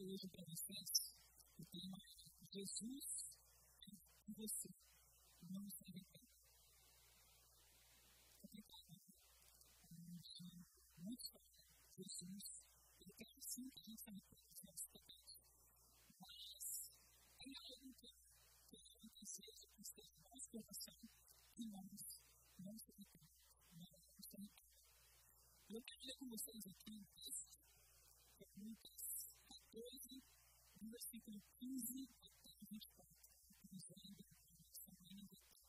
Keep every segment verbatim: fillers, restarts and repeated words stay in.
hoje para vocês, o tema é Jesus e você não se arrepende. Complicado, né? Muito fácil. Jesus, ele quer sim que a gente se arrependa dos nossos pecados. Mas tem algo que acontecer, que esteja no nosso coração, que nós não se arrependemos. Nós não se arrependemos. Eu quero ler com vocês aqui um texto, que é Lucas catorze, do versículo quinze até vinte e quatro. Estamos lendo essa manhã de tarde.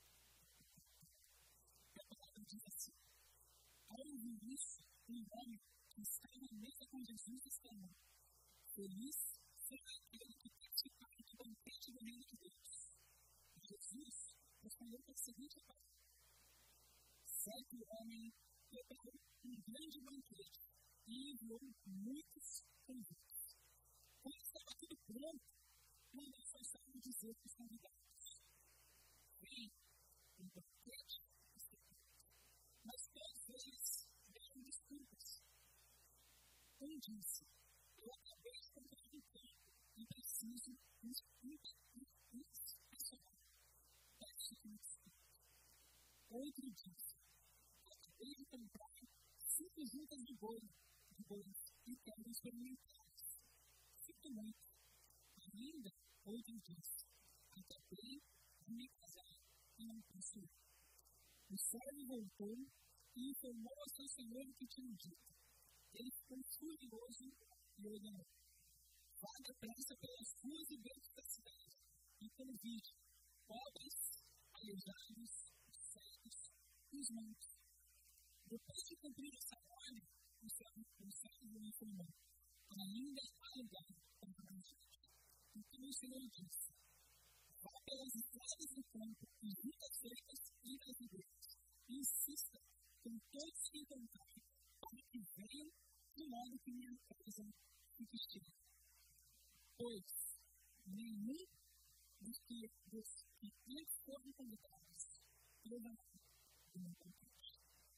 E a palavra diz assim: ao ouvir isso, um homem que estava à mesa com Jesus exclamou: feliz será aquele que participar do banquete do reino de Deus. E Jesus respondeu com a seguinte palavra: certo homem preparou um grande banquete e enviou muitos convites. Quando estava tudo pronto, mandou só estavam dizer para os convidados: vem, um banquete está pronto. Mas todos eles deram desculpas. Um disse: eu acabei de comprar um campo e preciso de um estacionar. Peço que me desculpe. Outro disse: eu acabei de comprar cinco juntas de bolo, de bolos e quero experimentá-las. Sinto muito. Ainda, outro disse: acabei de me casar e não posso ir. O servo voltou e informou ao seu senhor o que tinha dito. Ele ficou furioso e ordenou: vá depressa pelas ruas e becos da cidade e convide pobres, aleijados, cegos e os mancos. Depois de cumprir essa ordem, o servo informou: ainda há lugar para mais gente. Então o Senhor disse: vá pelas estradas do campo e juntas feitas e das igrejas, e insista com todos que encontrarem, para que venham de modo que minha casa fique cheia. Pois nenhum dos que, dos que antes foram convidados levará do meu banquete.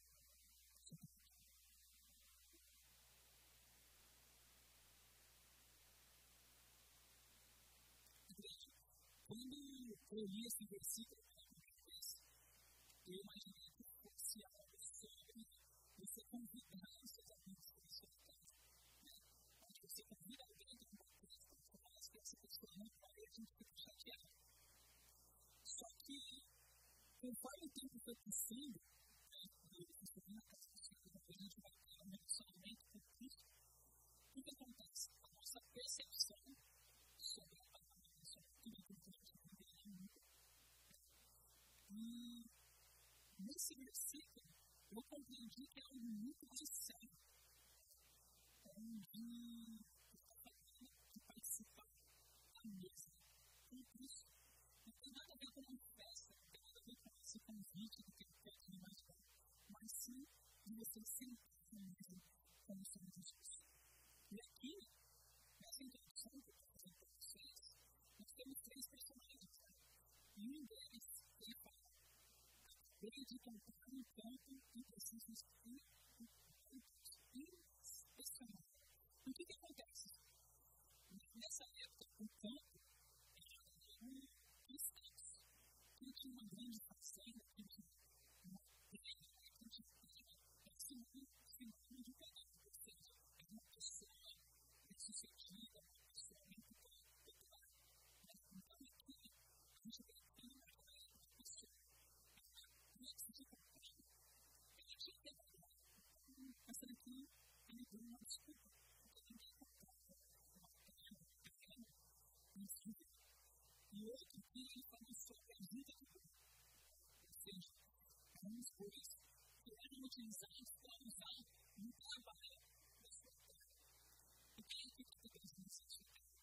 Quando eu li esse versículo pela primeira vez, eu imaginei que fosse algo sobre você convidar os seus amigos para a sua casa. Onde você convida alguém para uma coisa, você parece que essa pessoa não vai e a gente fica chateado. Só que, conforme o tempo foi passando, eu estou na casa do Senhor, a gente vai ter um relacionamento com Cristo. O que acontece? A nossa percepção sobre a palavra, sobre tudo aquilo que a gente vive é muito. E nesse versículo, eu compreendi que é algo muito mais sério. Onde está falando de participar da mesa com Cristo. Não tem nada a ver com uma festa, não tem nada a ver com esse convite que tem feito no mais bom, mas sim de você sentar na mesa com o Senhor Jesus. E aqui, nessa introdução que eu estou fazendo para vocês, nós temos três personagens. Né? E um deles, ele fala: acabei de comprar um campo e preciso ir inspecionar. O que que acontece? Nessa época, o campo era um status. Quem tinha uma grande fazenda, quem tinha uma terra, quem tinha terra, era sinônimo de pegar. Ou seja, era uma pessoa bem-sucedida, uma pessoa muito popular. Então, aqui, a gente tem aqui uma pessoa que se comporta. Ele tinha que ter uma essa daqui, ele deu uma desculpa. Porque ninguém comprava uma terra pequena, um filho. E outro que ele falou sobre a vida do povo. Ou seja, alguns bois que eram utilizados para usar no trabalho da sua terra. E quem é que está pensando nisso?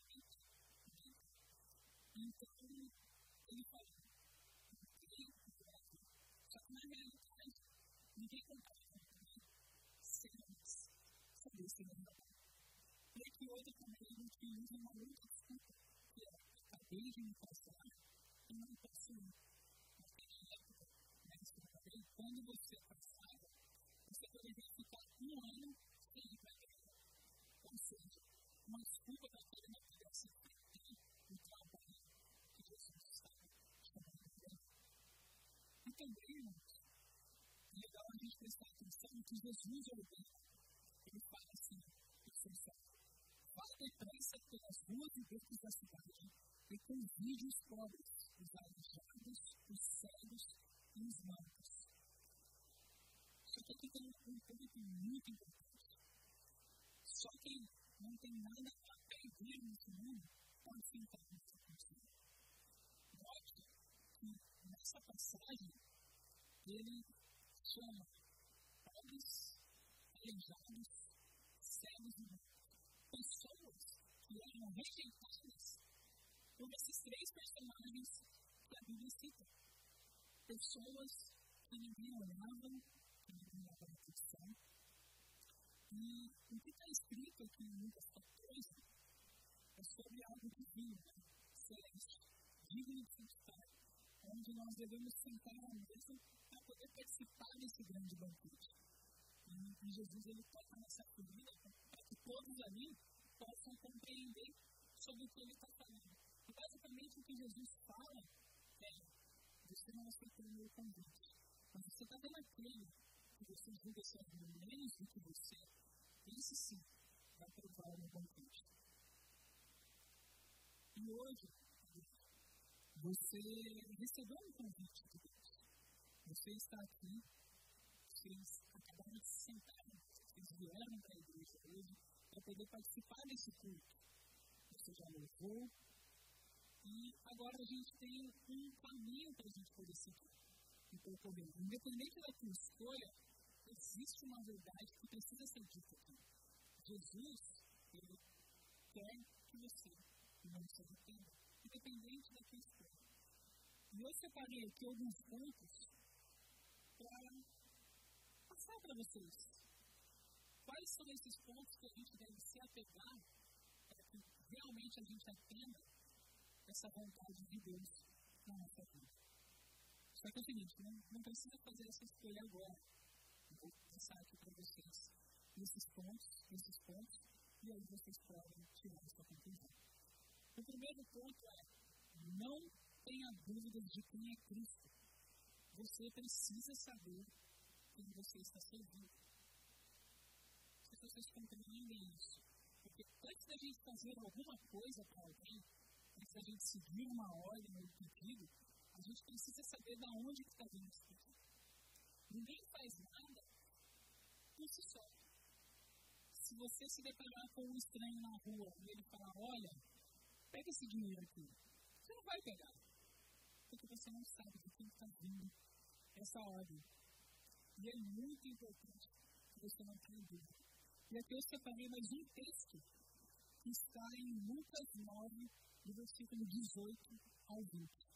Então, ele falou: ninguém comprava. Só que na realidade, ninguém comprava também cenas. Sabe esse negócio? E aqui outro também a gente usa uma outra desculpa, que é: acabei de me casar e não posso ir. Naquela época, quando você casava, você poderia ficar um ano sem ir para a igreja. Ou seja, uma desculpa para direção que Jesus ordena. Ele fala assim, vá depressa pelas ruas e becos da cidade e convide os pobres, os aleijados, os cegos e os mancos. Só que aqui tem um ponto muito importante. Só quem não tem nada a perder nesse mundo pode sentar nessa condição. Note que nessa passagem ele chama pobres, aleijados, cegos e mancos. Pessoas que eram rejeitadas por esses três personagens que a Bíblia cita. Pessoas que ninguém olhava, que ninguém dava atenção. E o que está escrito aqui em Lucas quatorze é sobre algo divino, né? Celeste, digno de estar, onde nós devemos sentar à mesa para poder participar desse grande banquete. E, e Jesus ele toca nessa ferida para que todos ali possam compreender sobre o que ele está falando. E basicamente o que Jesus fala é: você não aceitou o meu convite, mas você está vendo aquele que você julga ser menos do que você, esse sim vai provar o meu convite. E hoje, você recebeu um convite de Deus. Você está aqui, vocês acabaram de se sentar, vocês vieram para a igreja hoje para poder participar desse culto. Você já louvou, e agora a gente tem um caminho para a gente poder seguir e percorrer. Independente da tua escolha, existe uma verdade que precisa ser dita aqui. Jesus, ele quer que você não se arrependa, independente da tua escolha. E eu separei aqui alguns pontos para passar para vocês. Quais são esses pontos que a gente deve se apegar para que realmente a gente atenda essa vontade de Deus na nossa vida? Só que é o seguinte, não, não precisa fazer essa escolha agora. Eu vou passar aqui para vocês esses pontos, esses pontos, e aí vocês podem tirar essa conclusão. O primeiro ponto é: não tenha dúvidas de quem é Cristo. Você precisa saber quem você está servindo. Se vocês compreendem isso. Porque antes da gente fazer alguma coisa para alguém, antes da gente seguir uma ordem ou um pedido, a gente precisa saber de onde está vindo esse pedido. Ninguém faz nada por si só. Se você se deparar com um estranho na rua e ele falar: olha, pega esse dinheiro aqui, você não vai pegar. Porque você não sabe de quem está vindo essa ordem. E é muito importante que você não tenha dúvida. E aqui eu separei mais um texto que está em Lucas nove, do versículo dezoito ao vinte.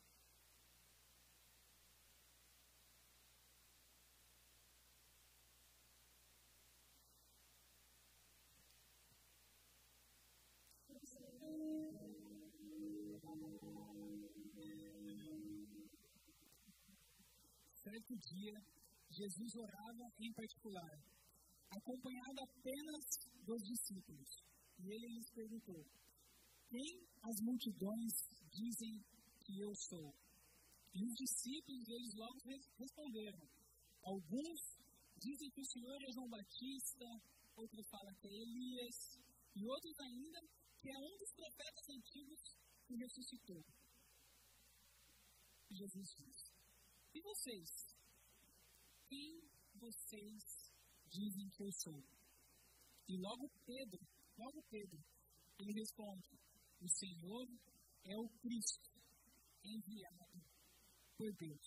Certo dia, Jesus orava em particular, acompanhado apenas dos discípulos. E ele lhes perguntou: quem as multidões dizem que eu sou? E os discípulos, eles logo responderam: alguns dizem que o Senhor é João Batista, outros falam que é Elias, e outros ainda que é um dos profetas antigos que ressuscitou. E Jesus disse: e vocês? Quem vocês dizem que eu sou? E logo Pedro, logo Pedro, ele responde: o Senhor é o Cristo, enviado por Deus.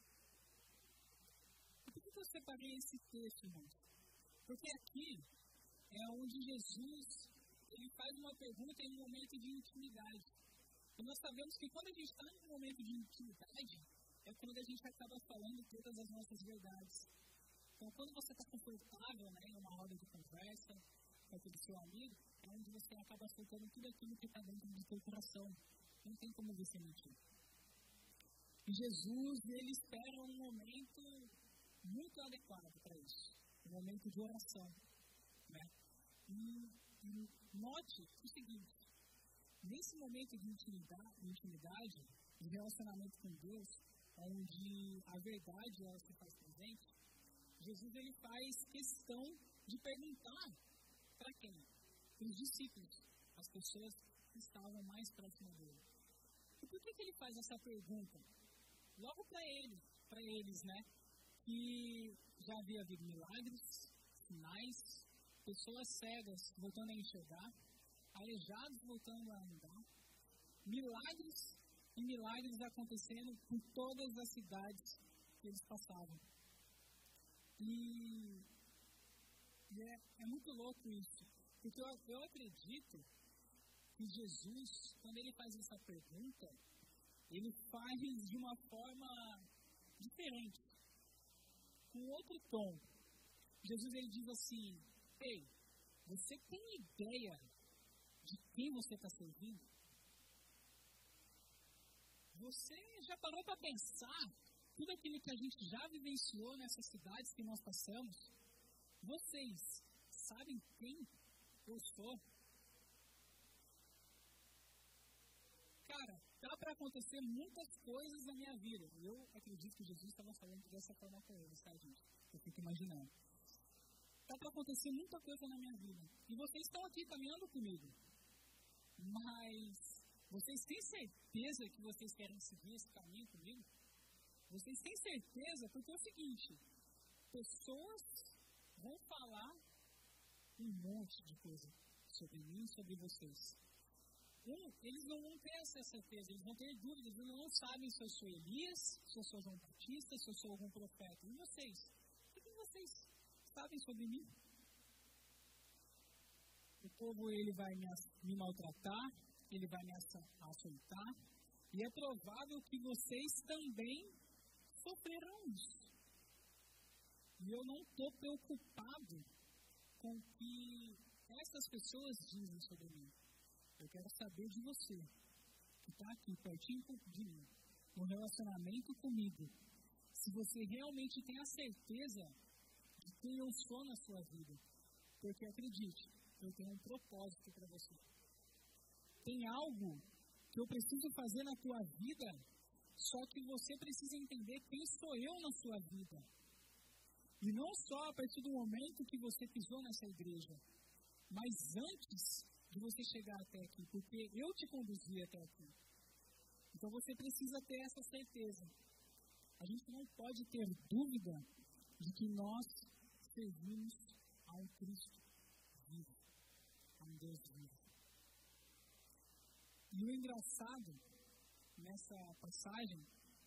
Por que eu separei esse texto, irmãos? Porque aqui é onde Jesus ele faz uma pergunta em um momento de intimidade. E nós sabemos que quando a gente está em um momento de intimidade, é quando a gente acaba falando todas as nossas verdades. Então, quando você está confortável, né, em uma roda de conversa com aquele seu amigo, é onde você acaba soltando tudo aquilo que está dentro do seu coração. Não tem como você mentir. E Jesus, ele espera um momento muito adequado para isso. Um momento de oração. Né? E, e note o seguinte: nesse momento de intimidade, de intimidade, de relacionamento com Deus, onde a verdade ela se faz presente, Jesus ele faz questão de perguntar para quem? Para os discípulos, as pessoas que estavam mais próximas dele. E por que, que ele faz essa pergunta? Logo para eles, para eles, né? Que já havia havido milagres, sinais, pessoas cegas voltando a enxergar, aleijados voltando a andar, milagres e milagres acontecendo por todas as cidades que eles passavam. E, e é, é muito louco isso, porque eu, eu acredito que Jesus, quando ele faz essa pergunta, ele faz de uma forma diferente, com outro tom. Jesus ele diz assim: ei, você tem ideia de quem você está servindo? Você já parou para pensar tudo aquilo que a gente já vivenciou nessas cidades que nós passamos? Vocês sabem quem eu sou? Cara, dá para acontecer muitas coisas na minha vida. Eu acredito que Jesus estava falando dessa forma com eles, tá, gente? Eu fico imaginando. Dá para acontecer muita coisa na minha vida. E vocês estão aqui caminhando comigo. Mas vocês têm certeza que vocês querem seguir esse caminho comigo? Vocês têm certeza? Porque é o seguinte, pessoas vão falar um monte de coisa sobre mim e sobre vocês. Um, eles não vão ter essa certeza, eles vão ter dúvidas, eles não sabem se eu sou Elias, se eu sou João Batista, se eu sou algum profeta. E vocês? O que vocês sabem sobre mim? O povo ele vai me, me maltratar, ele vai me açoitar, e é provável que vocês também sofrerão isso. E eu não estou preocupado com o que essas pessoas dizem sobre mim. Eu quero saber de você, que está aqui pertinho de mim, no relacionamento comigo, se você realmente tem a certeza de quem eu sou na sua vida. Porque acredite, eu tenho um propósito para você. Tem algo que eu preciso fazer na tua vida, só que você precisa entender quem sou eu na sua vida. E não só a partir do momento que você pisou nessa igreja, mas antes de você chegar até aqui, porque eu te conduzi até aqui. Então você precisa ter essa certeza. A gente não pode ter dúvida de que nós servimos a um Cristo vivo, a um Deus vivo. E o engraçado nessa passagem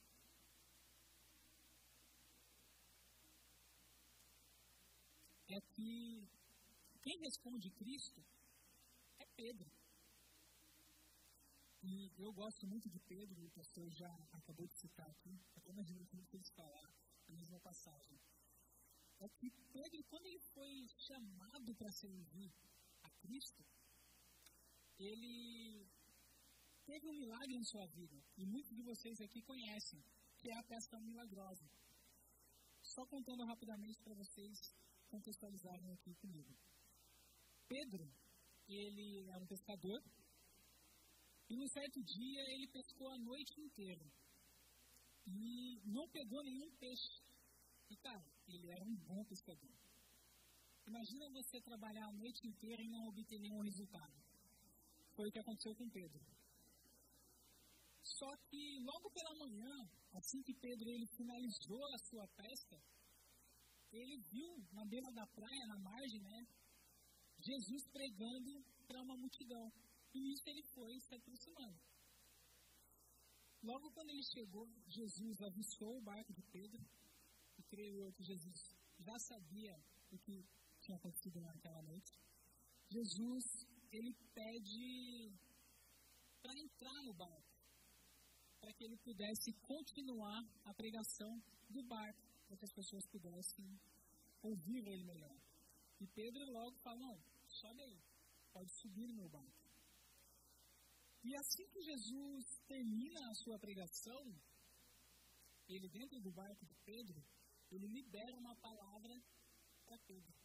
é que quem responde Cristo é Pedro. E eu gosto muito de Pedro, e o pastor já acabou de citar aqui, até imagino que eles falar a mesma passagem. É que Pedro, quando ele foi chamado para servir a Cristo, ele teve um milagre em sua vida. E muitos de vocês aqui conhecem, que é a pesca milagrosa. Só contando rapidamente para vocês contextualizarem aqui comigo. Pedro, ele era um pescador, e num certo dia ele pescou a noite inteira. E não pegou nenhum peixe. E cara, ele era um bom pescador. Imagina você trabalhar a noite inteira e não obter nenhum resultado. Foi o que aconteceu com Pedro. Só que logo pela manhã, assim que Pedro ele finalizou a sua pesca, ele viu na beira da praia, na margem, né, Jesus pregando para uma multidão. E nisso ele foi se aproximando. Logo quando ele chegou, Jesus avistou o barco de Pedro, e creio eu que Jesus já sabia o que tinha acontecido naquela noite. Jesus, ele pede para entrar no barco, para que ele pudesse continuar a pregação do barco, para que as pessoas pudessem ouvir ele melhor. E Pedro logo fala, não, sobe aí, pode subir no meu barco. E assim que Jesus termina a sua pregação, ele dentro do barco de Pedro, ele libera uma palavra para Pedro.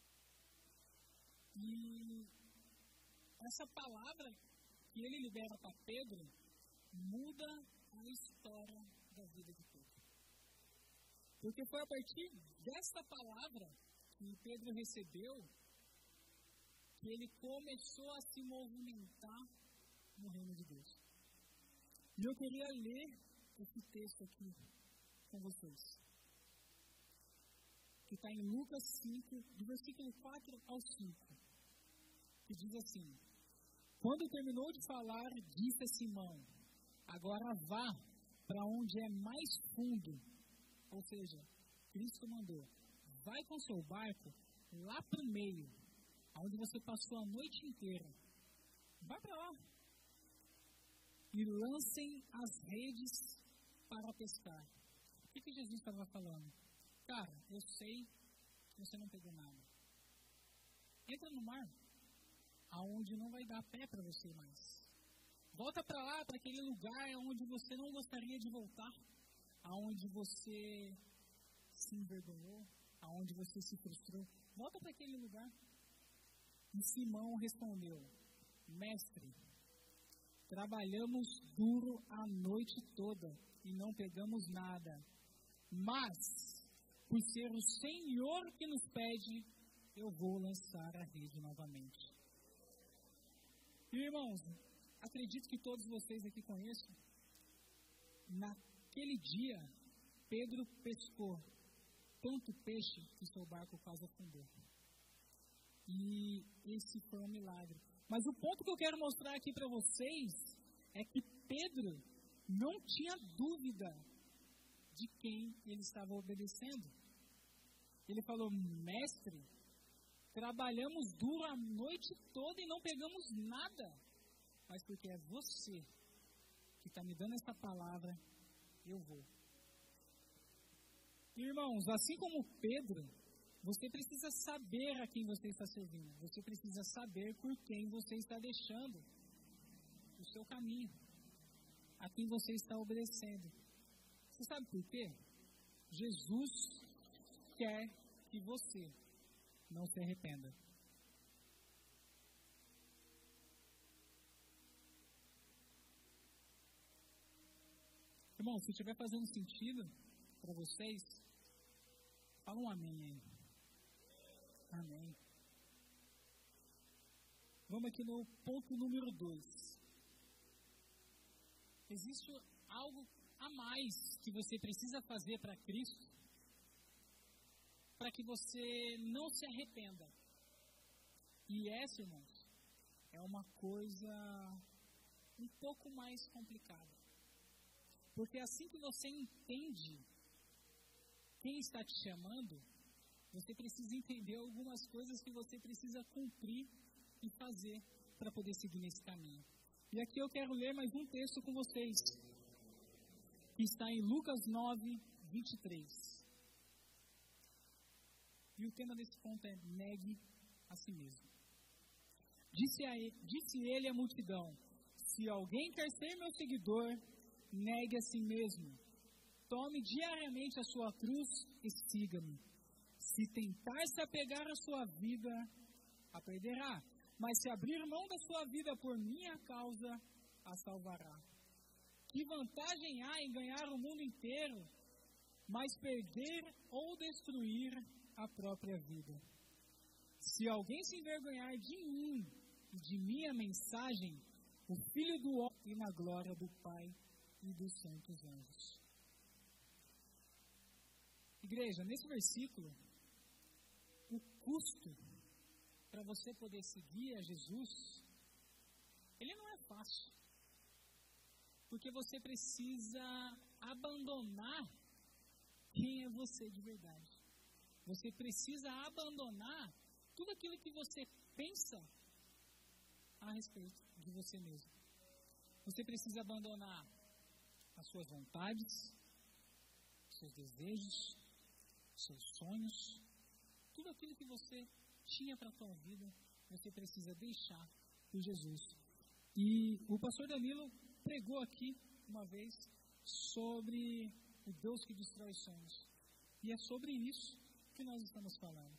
E essa palavra que ele libera para Pedro muda a história da vida de Pedro. Porque foi a partir dessa palavra que Pedro recebeu que ele começou a se movimentar no reino de Deus. E eu queria ler esse texto aqui com vocês, que está em Lucas cinco, do versículo quatro ao cinco, que diz assim: quando terminou de falar, disse a Simão: agora vá para onde é mais fundo. Ou seja, Cristo mandou: vai com seu barco lá para o meio, onde você passou a noite inteira. Vai para lá. E lancem as redes para pescar. O que, que Jesus estava falando? Cara, eu sei que você não pegou nada. Entra no mar, aonde não vai dar pé para você mais. Volta para lá, para aquele lugar onde você não gostaria de voltar, aonde você se envergonhou, aonde você se frustrou. Volta para aquele lugar. E Simão respondeu: mestre, trabalhamos duro a noite toda e não pegamos nada, mas, por ser o Senhor que nos pede, eu vou lançar a rede novamente. E, irmãos, acredito que todos vocês aqui conheçam, naquele dia, Pedro pescou tanto peixe que seu barco quase afundou. E esse foi um milagre. Mas o ponto que eu quero mostrar aqui para vocês é que Pedro não tinha dúvida de quem ele estava obedecendo. Ele falou: mestre, trabalhamos duro a noite toda e não pegamos nada, mas porque é você que está me dando essa palavra, eu vou. Irmãos, assim como Pedro, você precisa saber a quem você está servindo. Você precisa saber por quem você está deixando o seu caminho, a quem você está obedecendo. Você sabe por quê? Jesus quer que você não se arrependa. Irmão, se estiver fazendo sentido para vocês, fala um amém aí. Amém. Vamos aqui no ponto número dois. Existe algo a mais que você precisa fazer para Cristo, para que você não se arrependa. E essa, irmãos, é uma coisa um pouco mais complicada. Porque assim que você entende quem está te chamando, você precisa entender algumas coisas que você precisa cumprir e fazer para poder seguir nesse caminho. E aqui eu quero ler mais um texto com vocês, que está em Lucas nove, vinte e três. E o tema desse ponto é: negue a si mesmo. Disse, a ele, disse ele à multidão: se alguém quer ser meu seguidor, negue a si mesmo. Tome diariamente a sua cruz e siga-me. Se tentar se apegar à sua vida, a perderá. Mas se abrir mão da sua vida por minha causa, a salvará. Que vantagem há em ganhar o mundo inteiro, mas perder ou destruir a própria vida? Se alguém se envergonhar de mim e de minha mensagem, o Filho do Homem e na glória do Pai e dos santos anjos. Igreja, nesse versículo, o custo para você poder seguir a Jesus, ele não é fácil. Porque você precisa abandonar quem é você de verdade. Você precisa abandonar tudo aquilo que você pensa a respeito de você mesmo. Você precisa abandonar as suas vontades, seus desejos, seus sonhos, tudo aquilo que você tinha para a tua vida, você precisa deixar por Jesus. E o pastor Danilo pregou aqui uma vez sobre o Deus que destrói sonhos. E é sobre isso que nós estamos falando.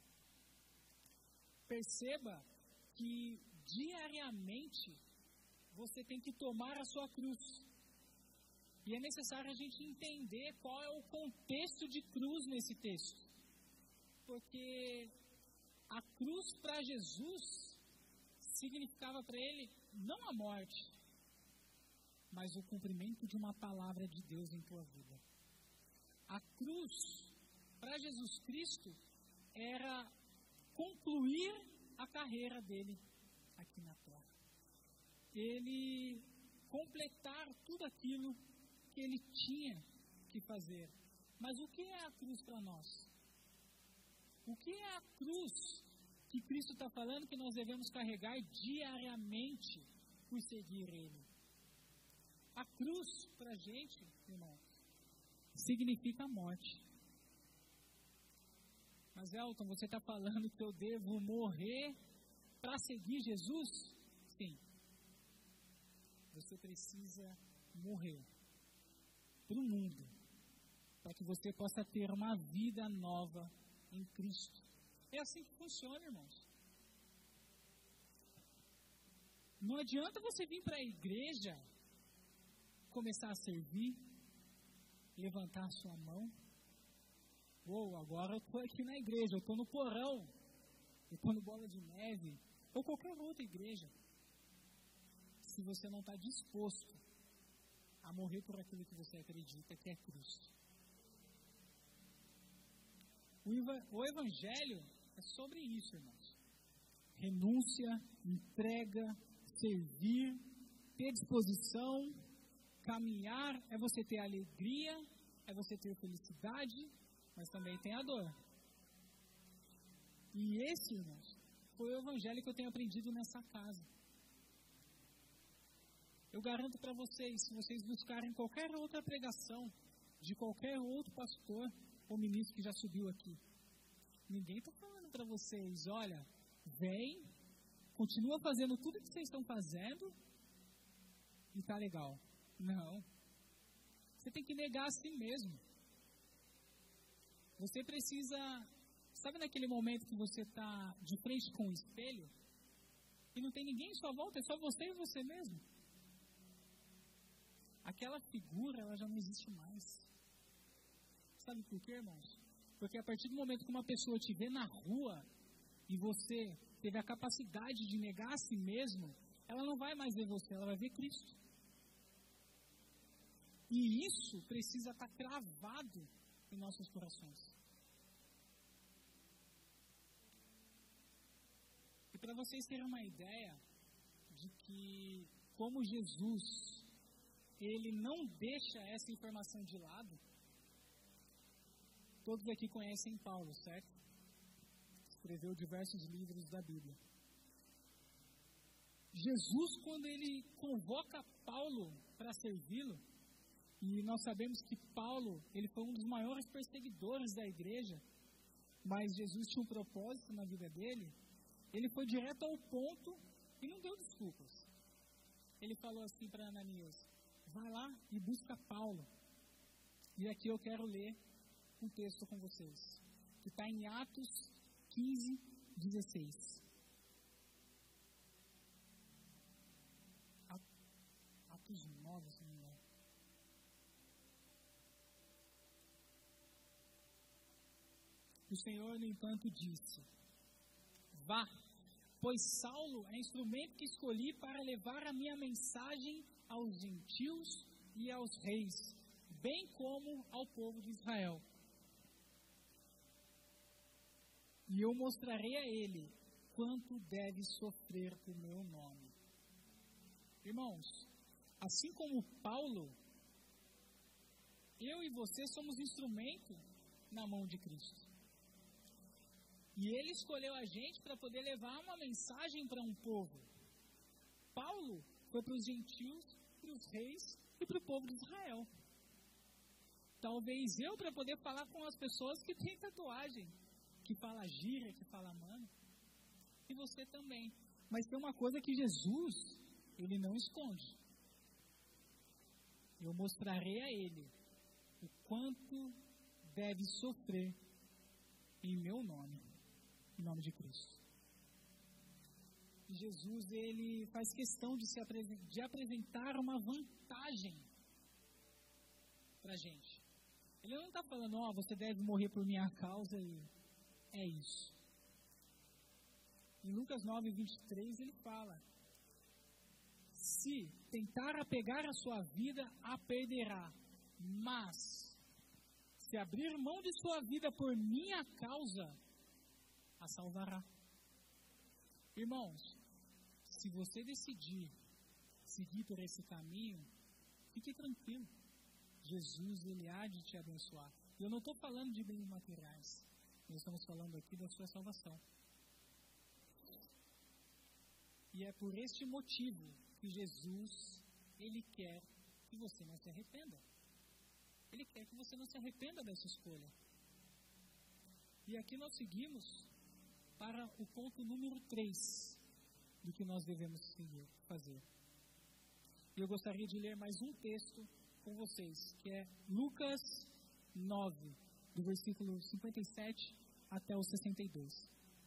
Perceba que diariamente você tem que tomar a sua cruz. E é necessário a gente entender qual é o contexto de cruz nesse texto. Porque a cruz para Jesus significava para ele não a morte, mas o cumprimento de uma palavra de Deus em tua vida. A cruz para Jesus Cristo era concluir a carreira dele aqui na terra. Ele completar tudo aquilo que ele tinha que fazer. Mas o que é a cruz para nós? O que é a cruz que Cristo está falando que nós devemos carregar diariamente por seguir Ele? A cruz para a gente, irmão, significa a morte. Mas Elton, você está falando que eu devo morrer para seguir Jesus? Sim. Você precisa morrer para o mundo, para que você possa ter uma vida nova em Cristo. É assim que funciona, irmãos. Não adianta você vir para a igreja, começar a servir, levantar a sua mão. Ou agora eu estou aqui na igreja, eu estou no porão, eu estou no Bola de Neve, ou qualquer outra igreja. Se você não está disposto a morrer por aquilo que você acredita que é Cristo. O Evangelho é sobre isso, irmãos. Renúncia, entrega, servir, ter disposição, caminhar, é você ter alegria, é você ter felicidade, mas também tem a dor. E esse, irmãos, foi o Evangelho que eu tenho aprendido nessa casa. Eu garanto para vocês, se vocês buscarem qualquer outra pregação de qualquer outro pastor ou ministro que já subiu aqui, ninguém está falando para vocês, olha, vem, continua fazendo tudo que vocês estão fazendo e tá legal. Não. Você tem que negar a si mesmo. Você precisa, sabe naquele momento que você está de frente com o espelho e não tem ninguém em sua volta, é só você e você mesmo? Aquela figura, ela já não existe mais. Sabe por quê, irmãos? Porque a partir do momento que uma pessoa te vê na rua e você teve a capacidade de negar a si mesmo, ela não vai mais ver você, ela vai ver Cristo. E isso precisa estar cravado em nossos corações. E para vocês terem uma ideia de que como Jesus, ele não deixa essa informação de lado. Todos aqui conhecem Paulo, certo? Escreveu diversos livros da Bíblia. Jesus, quando ele convoca Paulo para servi-lo, e nós sabemos que Paulo, ele foi um dos maiores perseguidores da igreja, mas Jesus tinha um propósito na vida dele, ele foi direto ao ponto e não deu desculpas. Ele falou assim para Ananias, vai lá e busca Paulo. E aqui eu quero ler um texto com vocês, que está em Atos quinze, dezesseis. Atos nove, se não me engano. O Senhor, no entanto, disse, vá, pois Saulo é instrumento que escolhi para levar a minha mensagem aos gentios e aos reis, bem como ao povo de Israel. E eu mostrarei a ele quanto deve sofrer por meu nome. Irmãos, assim como Paulo, eu e você somos instrumento na mão de Cristo. E ele escolheu a gente para poder levar uma mensagem para um povo. Paulo foi para os gentios, para os reis e para o povo de Israel. Talvez eu para poder falar com as pessoas que têm tatuagem, que fala gíria, que fala mano, e você também. Mas tem uma coisa que Jesus, ele não esconde. Eu mostrarei a ele o quanto deve sofrer em meu nome, em nome de Cristo. E Jesus, ele faz questão de, se apresen- de apresentar uma vantagem para a gente. Ele não está falando, ó, oh, você deve morrer por minha causa e é isso. Em Lucas nove, vinte e três, ele fala, se tentar apegar a sua vida, a perderá, mas se abrir mão de sua vida por minha causa, a salvará. Irmãos, se você decidir seguir por esse caminho, fique tranquilo. Jesus, Ele há de te abençoar. E eu não estou falando de bens materiais. Nós estamos falando aqui da sua salvação. E é por este motivo que Jesus, Ele quer que você não se arrependa. Ele quer que você não se arrependa dessa escolha. E aqui nós seguimos para o ponto número três do que nós devemos seguir, fazer. E eu gostaria de ler mais um texto com vocês, que é Lucas nove, do versículo cinquenta e sete até o sessenta e dois.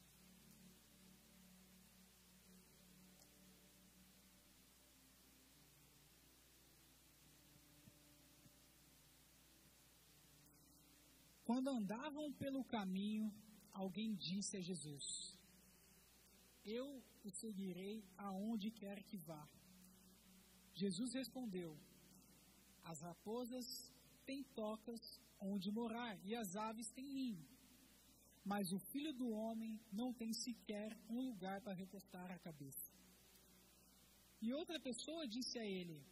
Quando andavam pelo caminho, alguém disse a Jesus, eu o seguirei aonde quer que vá. Jesus respondeu, as raposas têm tocas onde morar e as aves têm ninho, mas o Filho do Homem não tem sequer um lugar para recostar a cabeça. E outra pessoa disse a ele,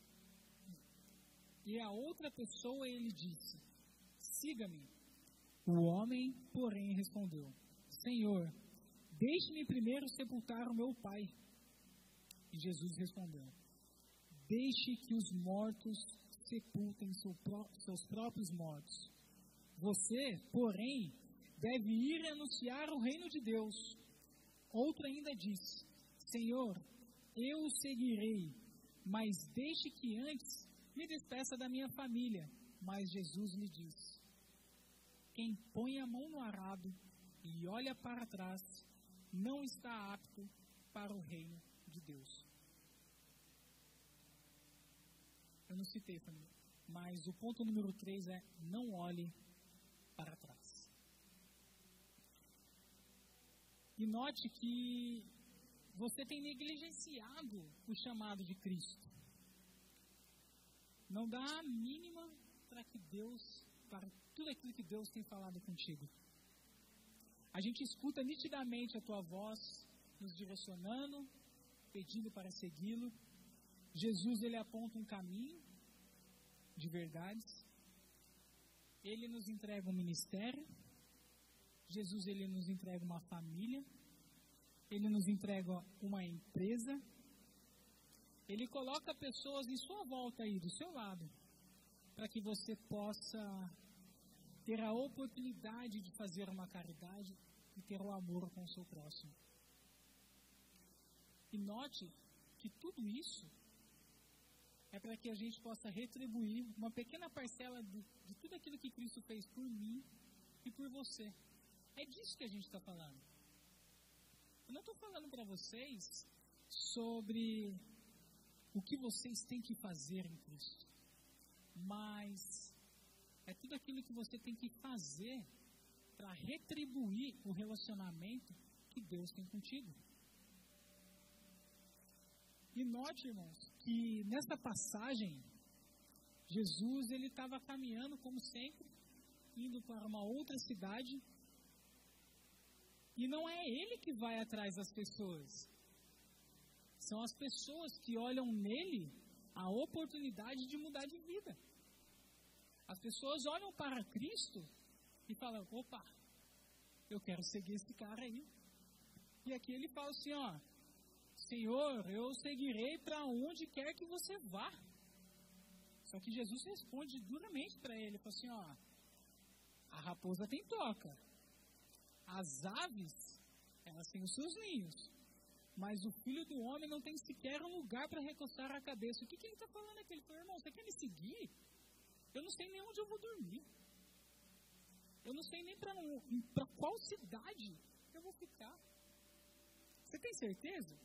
e a outra pessoa ele disse, siga-me. O homem, porém, respondeu, Senhor, deixe-me primeiro sepultar o meu pai. E Jesus respondeu, deixe que os mortos sepultem seu pró- seus próprios mortos. Você, porém, deve ir e anunciar o reino de Deus. Outro ainda disse, Senhor, eu o seguirei, mas deixe que antes me despeça da minha família. Mas Jesus lhe disse, quem põe a mão no arado e olha para trás, não está apto para o reino de Deus. Eu não citei, família, mas o ponto número três é, não olhe para trás. E note que você tem negligenciado o chamado de Cristo. Não dá a mínima para que Deus, para tudo aquilo que Deus tem falado contigo. A gente escuta nitidamente a tua voz nos direcionando, pedindo para segui-lo. Jesus, ele aponta um caminho de verdades. Ele nos entrega um ministério. Jesus, ele nos entrega uma família. Ele nos entrega uma empresa. Ele coloca pessoas em sua volta aí, do seu lado, para que você possa ter a oportunidade de fazer uma caridade e ter o amor com o seu próximo. E note que tudo isso é para que a gente possa retribuir uma pequena parcela de, de tudo aquilo que Cristo fez por mim e por você. É disso que a gente está falando. Eu não estou falando para vocês sobre o que vocês têm que fazer em Cristo, mas é tudo aquilo que você tem que fazer para retribuir o relacionamento que Deus tem contigo. E note, irmãos, que nessa passagem, Jesus ele estava caminhando, como sempre, indo para uma outra cidade, e não é ele que vai atrás das pessoas. São as pessoas que olham nele a oportunidade de mudar de vida. As pessoas olham para Cristo e falam, opa, eu quero seguir esse cara aí. E aqui ele fala assim, ó, Senhor, eu seguirei para onde quer que você vá. Só que Jesus responde duramente para ele, fala assim, ó, a raposa tem toca, as aves, elas têm os seus ninhos, mas o Filho do Homem não tem sequer um lugar para recostar a cabeça. O que, que ele está falando aqui? Ele falou, irmão, você quer me seguir? Eu não sei nem onde eu vou dormir. Eu não sei nem para qual cidade eu vou ficar. Você tem certeza?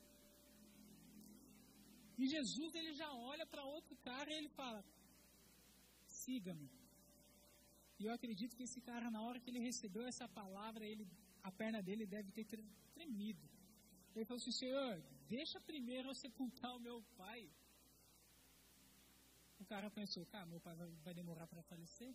E Jesus, ele já olha para outro cara e ele fala, siga-me. E eu acredito que esse cara, na hora que ele recebeu essa palavra, ele, a perna dele deve ter tremido. Ele falou assim, Senhor, deixa primeiro eu sepultar o meu pai. O cara pensou, cara, meu pai vai, vai demorar para falecer?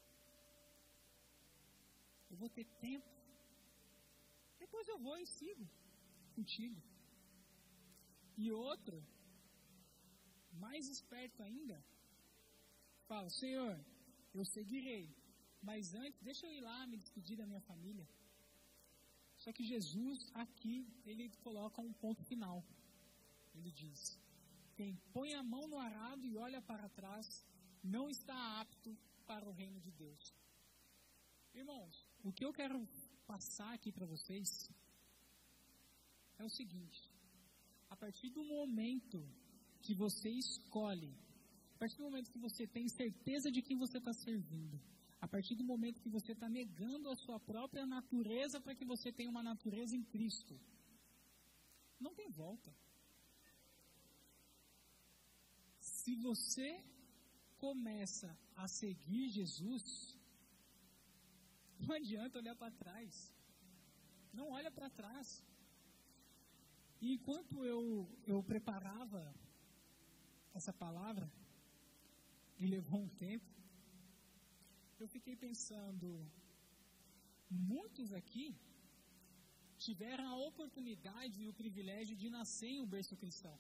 Eu vou ter tempo. Depois eu vou e sigo contigo. E outro, mais esperto ainda, fala, Senhor, eu seguirei, mas antes, deixa eu ir lá me despedir da minha família. Só que Jesus, aqui, ele coloca um ponto final. Ele diz, quem põe a mão no arado e olha para trás, não está apto para o reino de Deus. Irmãos, o que eu quero passar aqui para vocês é o seguinte, a partir do momento que você escolhe, a partir do momento que você tem certeza de quem você está servindo, a partir do momento que você está negando a sua própria natureza para que você tenha uma natureza em Cristo, não tem volta. Se você começa a seguir Jesus, não adianta olhar para trás. Não olha para trás. E enquanto eu, eu preparava essa palavra, e levou um tempo, eu fiquei pensando, muitos aqui tiveram a oportunidade e o privilégio de nascer em um berço cristão.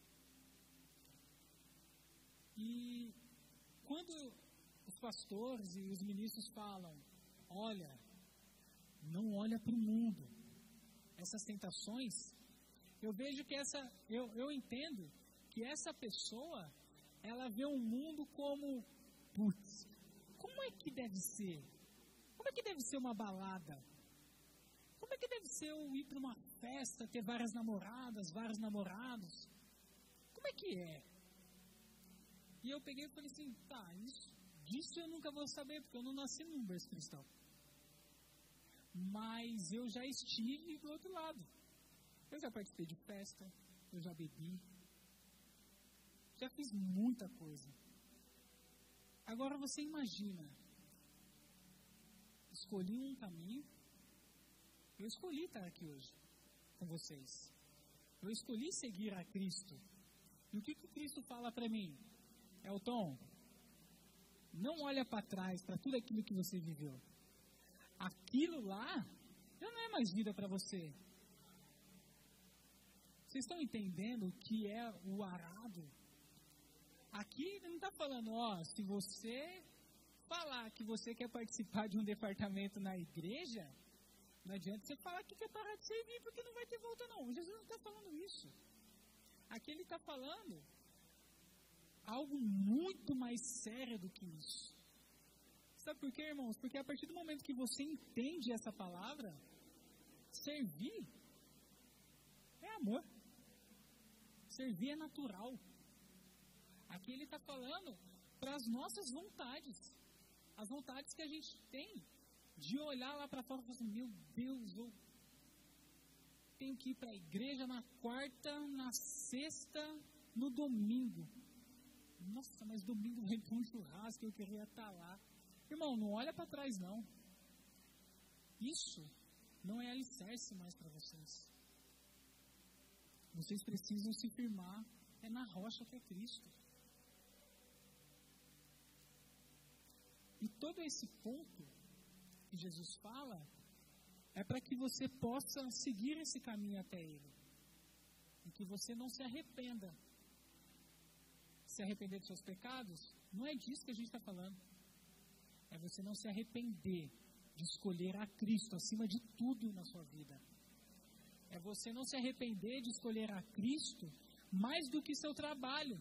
E quando os pastores e os ministros falam, olha, não olha para o mundo, essas tentações, eu vejo que essa, eu, eu entendo que essa pessoa, ela vê o mundo como, putz, como é que deve ser? Como é que deve ser uma balada? Como é que deve ser eu ir para uma festa, ter várias namoradas, vários namorados? Como é que é? E eu peguei e falei assim, tá, isso, disso eu nunca vou saber, porque eu não nasci num berço cristão. Mas eu já estive do outro lado. Eu já participei de festa, eu já bebi, já fiz muita coisa. Agora você imagina, escolhi um caminho, eu escolhi estar aqui hoje com vocês. Eu escolhi seguir a Cristo. E o que, que Cristo fala para mim? Elton, não olha para trás, para tudo aquilo que você viveu. Aquilo lá, já não é mais vida para você. Vocês estão entendendo o que é o arado? Aqui ele não está falando, ó, se você falar que você quer participar de um departamento na igreja, não adianta você falar que quer parar de servir, porque não vai ter volta não. Jesus não está falando isso. Aqui ele está falando algo muito mais sério do que isso. Sabe por quê, irmãos? Porque a partir do momento que você entende essa palavra, servir é amor. Servir é natural. Aqui ele está falando para as nossas vontades. As vontades que a gente tem de olhar lá para fora e falar assim, meu Deus, eu tenho que ir para a igreja na quarta, na sexta, no domingo. Nossa, mas domingo vai ter um churrasco, eu queria estar lá. Irmão, não olha para trás não. Isso não é alicerce mais para vocês. Vocês precisam se firmar é na rocha que é Cristo. E todo esse ponto que Jesus fala é para que você possa seguir esse caminho até Ele. E que você não se arrependa. Se arrepender dos seus pecados, não é disso que a gente está falando. É você não se arrepender de escolher a Cristo acima de tudo na sua vida. É você não se arrepender de escolher a Cristo mais do que seu trabalho.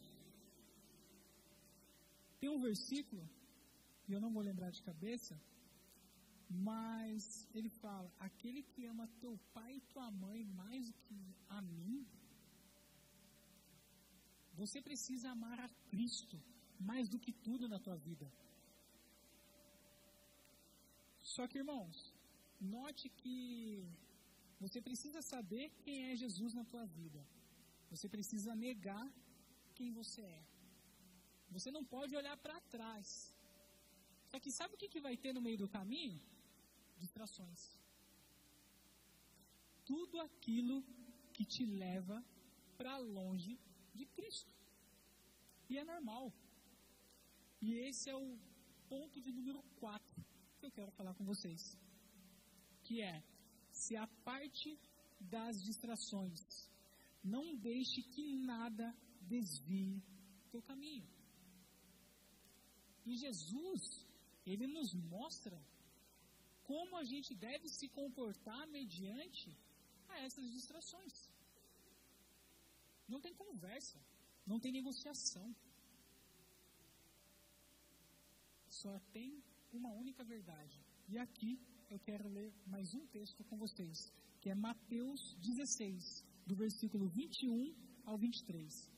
Tem um versículo, e eu não vou lembrar de cabeça, mas ele fala, aquele que ama teu pai e tua mãe mais do que a mim, você precisa amar a Cristo mais do que tudo na tua vida. Só que, irmãos, note que você precisa saber quem é Jesus na tua vida. Você precisa negar quem você é. Você não pode olhar para trás. Só que sabe o que, que vai ter no meio do caminho? Distrações. Tudo aquilo que te leva para longe de Cristo. E é normal. E esse é o ponto de número quatro que eu quero falar com vocês. Que é, se a parte das distrações, não deixe que nada desvie teu caminho. E Jesus, ele nos mostra como a gente deve se comportar mediante a essas distrações. Não tem conversa, não tem negociação. Só tem uma única verdade. E aqui eu quero ler mais um texto com vocês, que é Mateus dezesseis, do versículo vinte e um ao vinte e três.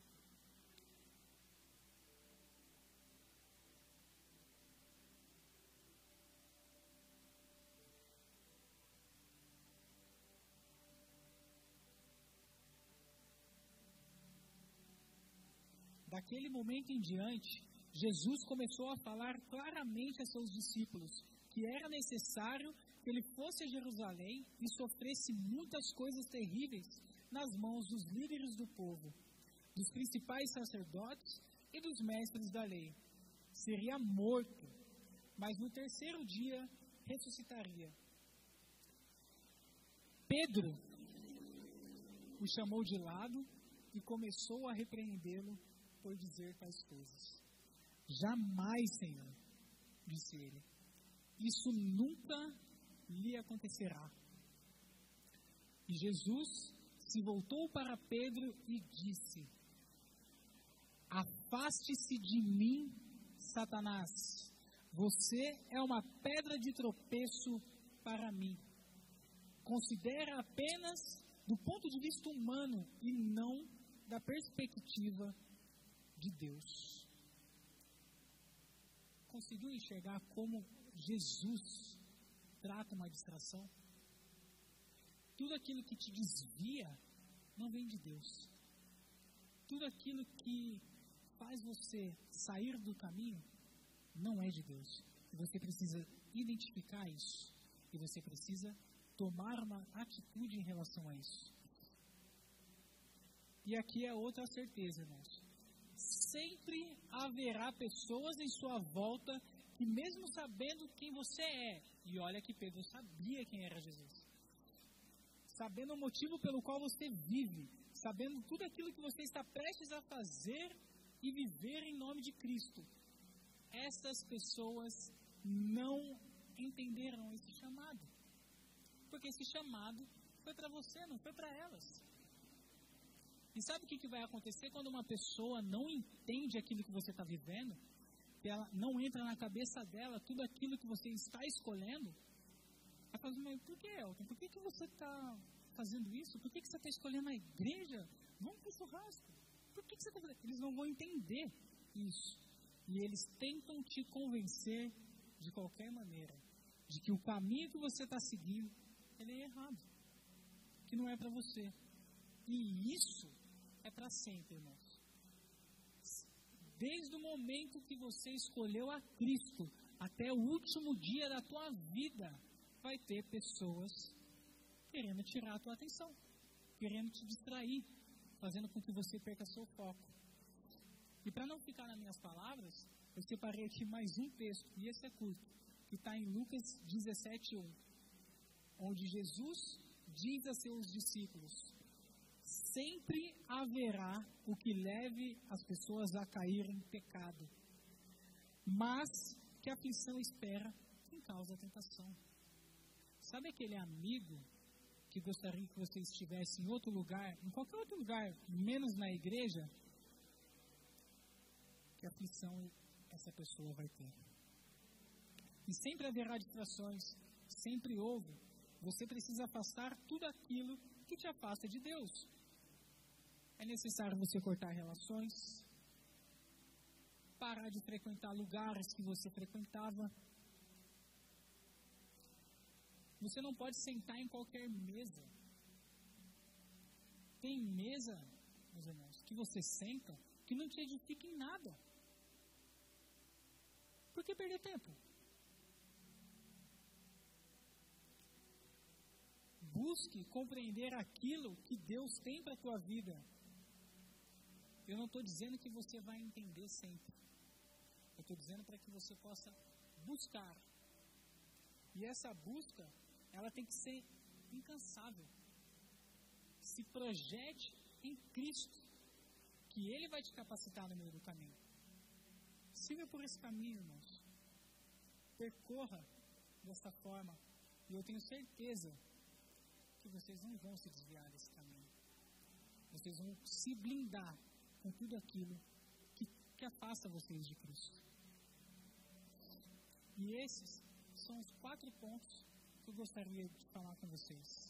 Daquele momento em diante, Jesus começou a falar claramente a seus discípulos que era necessário que ele fosse a Jerusalém e sofresse muitas coisas terríveis nas mãos dos líderes do povo, dos principais sacerdotes e dos mestres da lei. Seria morto, mas no terceiro dia ressuscitaria. Pedro o chamou de lado e começou a repreendê-lo por dizer tais coisas. Jamais, Senhor, disse ele, isso nunca lhe acontecerá. E Jesus se voltou para Pedro e disse, afaste-se de mim, Satanás, você é uma pedra de tropeço para mim. Considera apenas do ponto de vista humano e não da perspectiva de Deus. Conseguiu enxergar como Jesus trata uma distração? Tudo aquilo que te desvia não vem de Deus. Tudo aquilo que faz você sair do caminho não é de Deus. E você precisa identificar isso. E você precisa tomar uma atitude em relação a isso. E aqui é outra certeza, irmãos. Sempre haverá pessoas em sua volta que mesmo sabendo quem você é, e olha que Pedro sabia quem era Jesus, sabendo o motivo pelo qual você vive, sabendo tudo aquilo que você está prestes a fazer e viver em nome de Cristo, essas pessoas não entenderam esse chamado. Porque esse chamado foi para você, não foi para elas. E sabe o que, que vai acontecer quando uma pessoa não entende aquilo que você está vivendo? Que ela não entra na cabeça dela tudo aquilo que você está escolhendo? Ela fala, mas por que, Elton? Por que, que você está fazendo isso? Por que, que você está escolhendo a igreja? Vamos para o churrasco. Por que, que você está fazendo? Eles não vão entender isso. E eles tentam te convencer de qualquer maneira de que o caminho que você está seguindo ele é errado. Que não é para você. E isso é para sempre, irmãos. Desde o momento que você escolheu a Cristo até o último dia da tua vida, vai ter pessoas querendo tirar a tua atenção, querendo te distrair, fazendo com que você perca seu foco. E para não ficar nas minhas palavras, eu separei aqui mais um texto, e esse é curto, que está em Lucas dezessete, um, onde Jesus diz a seus discípulos, sempre haverá o que leve as pessoas a cair em pecado, mas que a aflição espera quem causa a tentação. Sabe aquele amigo que gostaria que você estivesse em outro lugar, em qualquer outro lugar, menos na igreja? Que aflição essa pessoa vai ter. E sempre haverá distrações, sempre houve. Você precisa afastar tudo aquilo que te afasta de Deus. É necessário você cortar relações, parar de frequentar lugares que você frequentava. Você não pode sentar em qualquer mesa. Tem mesa, meus irmãos, que você senta que não te edifica em nada. Por que perder tempo? Busque compreender aquilo que Deus tem para a tua vida. Eu não estou dizendo que você vai entender sempre. Eu estou dizendo para que você possa buscar. E essa busca, ela tem que ser incansável. Se projete em Cristo, que Ele vai te capacitar no meio do caminho. Siga por esse caminho, irmãos. Percorra dessa forma. E eu tenho certeza que vocês não vão se desviar desse caminho. Vocês vão se blindar com tudo aquilo que, que afasta vocês de Cristo. E esses são os quatro pontos que eu gostaria de falar com vocês.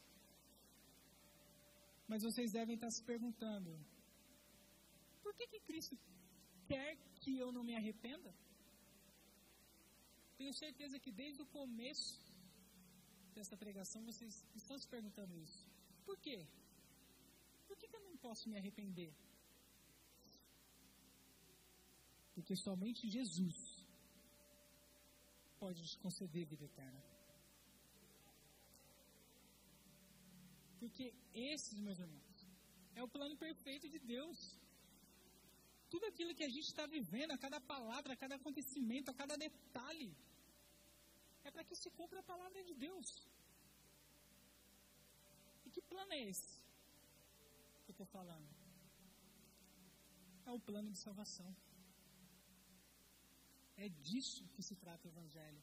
Mas vocês devem estar se perguntando, por que que Cristo quer que eu não me arrependa? Tenho certeza que desde o começo dessa pregação vocês estão se perguntando isso. Por quê? Por que que eu não posso me arrepender? Porque somente Jesus pode te conceder vida eterna. Porque esses, meus irmãos, é o plano perfeito de Deus. Tudo aquilo que a gente está vivendo, a cada palavra, a cada acontecimento, a cada detalhe, é para que se cumpra a palavra de Deus. E que plano é esse que eu estou falando? É o plano de salvação. É disso que se trata o Evangelho.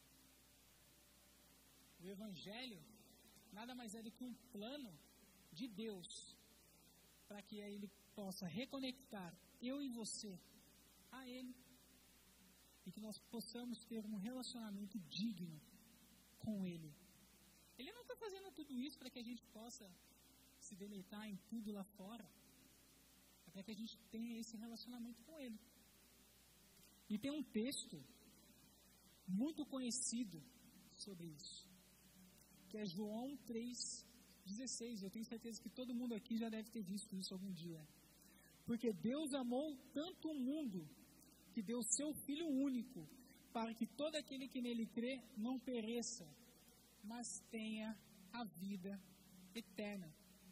O Evangelho nada mais é do que um plano de Deus para que Ele possa reconectar eu e você a Ele e que nós possamos ter um relacionamento digno com Ele. Ele não está fazendo tudo isso para que a gente possa se deleitar em tudo lá fora, é para que a gente tenha esse relacionamento com Ele. E tem um texto muito conhecido sobre isso, que é João três, dezesseis. Eu tenho certeza que todo mundo aqui já deve ter visto isso algum dia. Porque Deus amou tanto o mundo, que deu o seu Filho único, para que todo aquele que nele crê não pereça, mas tenha a vida eterna.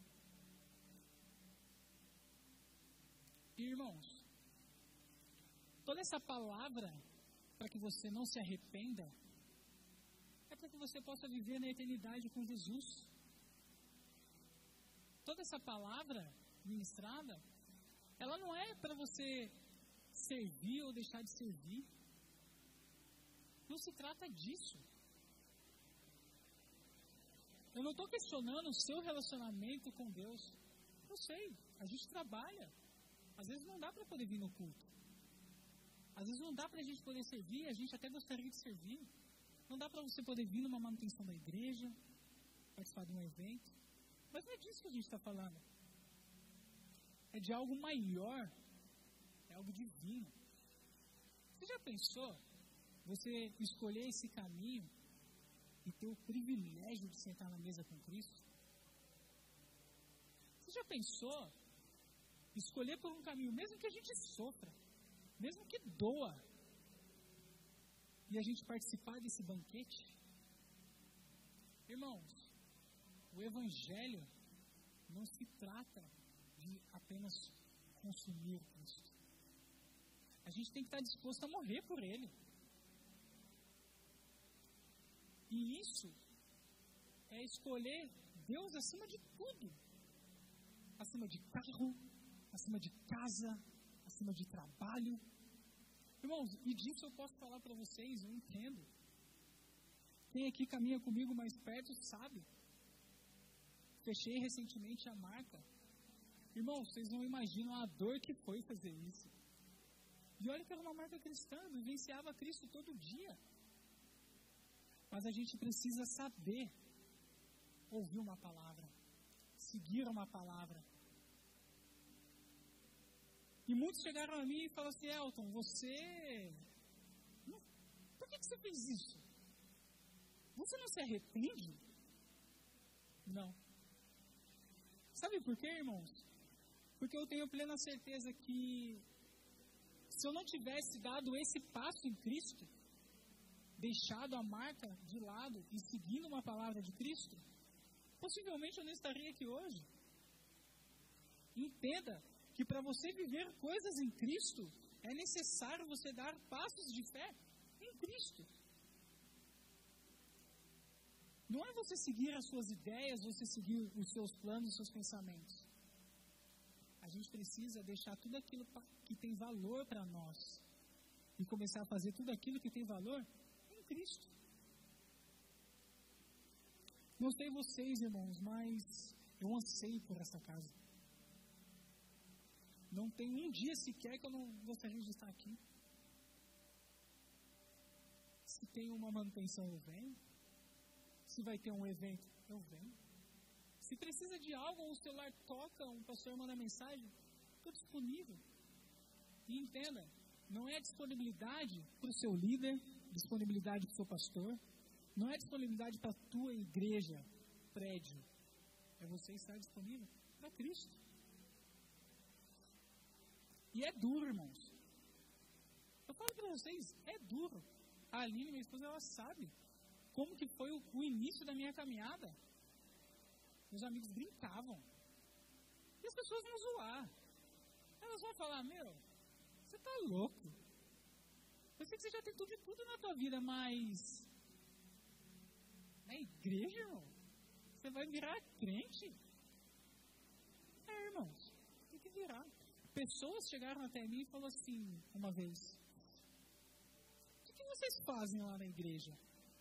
Irmãos, toda essa palavra, para que você não se arrependa, é para que você possa viver na eternidade com Jesus. Toda essa palavra ministrada, ela não é para você servir ou deixar de servir. Não se trata disso. Eu não estou questionando o seu relacionamento com Deus. Eu sei, a gente trabalha. Às vezes não dá para poder vir no culto. Às vezes não dá para a gente poder servir, a gente até gostaria de servir. Não dá para você poder vir numa manutenção da igreja, participar de um evento. Mas não é disso que a gente está falando. É de algo maior, é algo divino. Você já pensou você escolher esse caminho e ter o privilégio de sentar na mesa com Cristo? Você já pensou escolher por um caminho, mesmo que a gente sofra, mesmo que doa, e a gente participar desse banquete? Irmãos, o Evangelho não se trata de apenas consumir Cristo. A gente tem que estar disposto a morrer por Ele. E isso é escolher Deus acima de tudo. Acima de carro, acima de casa, acima de trabalho. Irmãos, e disso eu posso falar para vocês, eu entendo. Quem aqui caminha comigo mais perto sabe. Fechei recentemente a marca. Irmãos, vocês não imaginam a dor que foi fazer isso. E olha que era uma marca cristã, eu vivenciava Cristo todo dia. Mas a gente precisa saber ouvir uma palavra, seguir uma palavra. E muitos chegaram a mim e falaram assim: Elton, você... Por que que você fez isso? Você não se arrepende? Não. Sabe por quê, irmãos? Porque eu tenho plena certeza que se eu não tivesse dado esse passo em Cristo, deixado a marca de lado e seguindo uma palavra de Cristo, possivelmente eu não estaria aqui hoje. Entenda que para você viver coisas em Cristo, é necessário você dar passos de fé em Cristo. Não é você seguir as suas ideias, você seguir os seus planos, os seus pensamentos. A gente precisa deixar tudo aquilo que tem valor para nós e começar a fazer tudo aquilo que tem valor em Cristo. Não sei vocês, irmãos, mas eu anseio por essa casa. Não tem um dia sequer que eu não gostaria de estar aqui. Se tem uma manutenção, eu venho. Se vai ter um evento, eu venho. Se precisa de algo, o celular toca, um pastor manda mensagem, estou disponível. E entenda, não é disponibilidade para o seu líder, disponibilidade para o seu pastor, não é disponibilidade para a tua igreja, prédio. É você estar disponível para Cristo. E é duro, irmãos. Eu falo para vocês, é duro. A Aline, minha esposa, ela sabe como que foi o, o início da minha caminhada. Meus amigos brincavam. E as pessoas vão zoar. Elas vão falar, meu, você tá louco. Eu sei que você já tem tudo de tudo na tua vida, mas na igreja, irmão, você vai virar crente? É, irmãos, tem que virar. Pessoas chegaram até mim e falaram assim, uma vez, o que vocês fazem lá na igreja?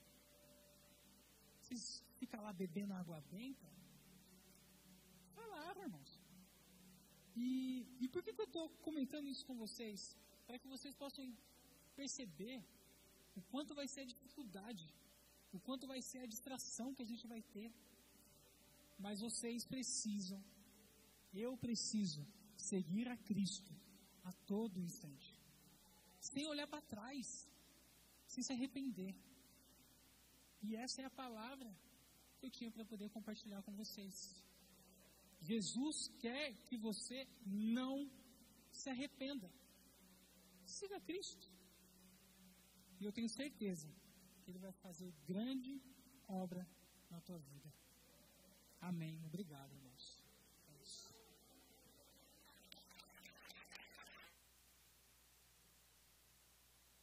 Vocês ficam lá bebendo água benta? Falaram, irmãos. E, e por que, que eu estou comentando isso com vocês? Para que vocês possam perceber o quanto vai ser a dificuldade, o quanto vai ser a distração que a gente vai ter. Mas vocês precisam, eu preciso, seguir a Cristo a todo instante. Sem olhar para trás, sem se arrepender. E essa é a palavra que eu tinha para poder compartilhar com vocês. Jesus quer que você não se arrependa. Siga Cristo. E eu tenho certeza que Ele vai fazer grande obra na tua vida. Amém. Obrigado, irmão.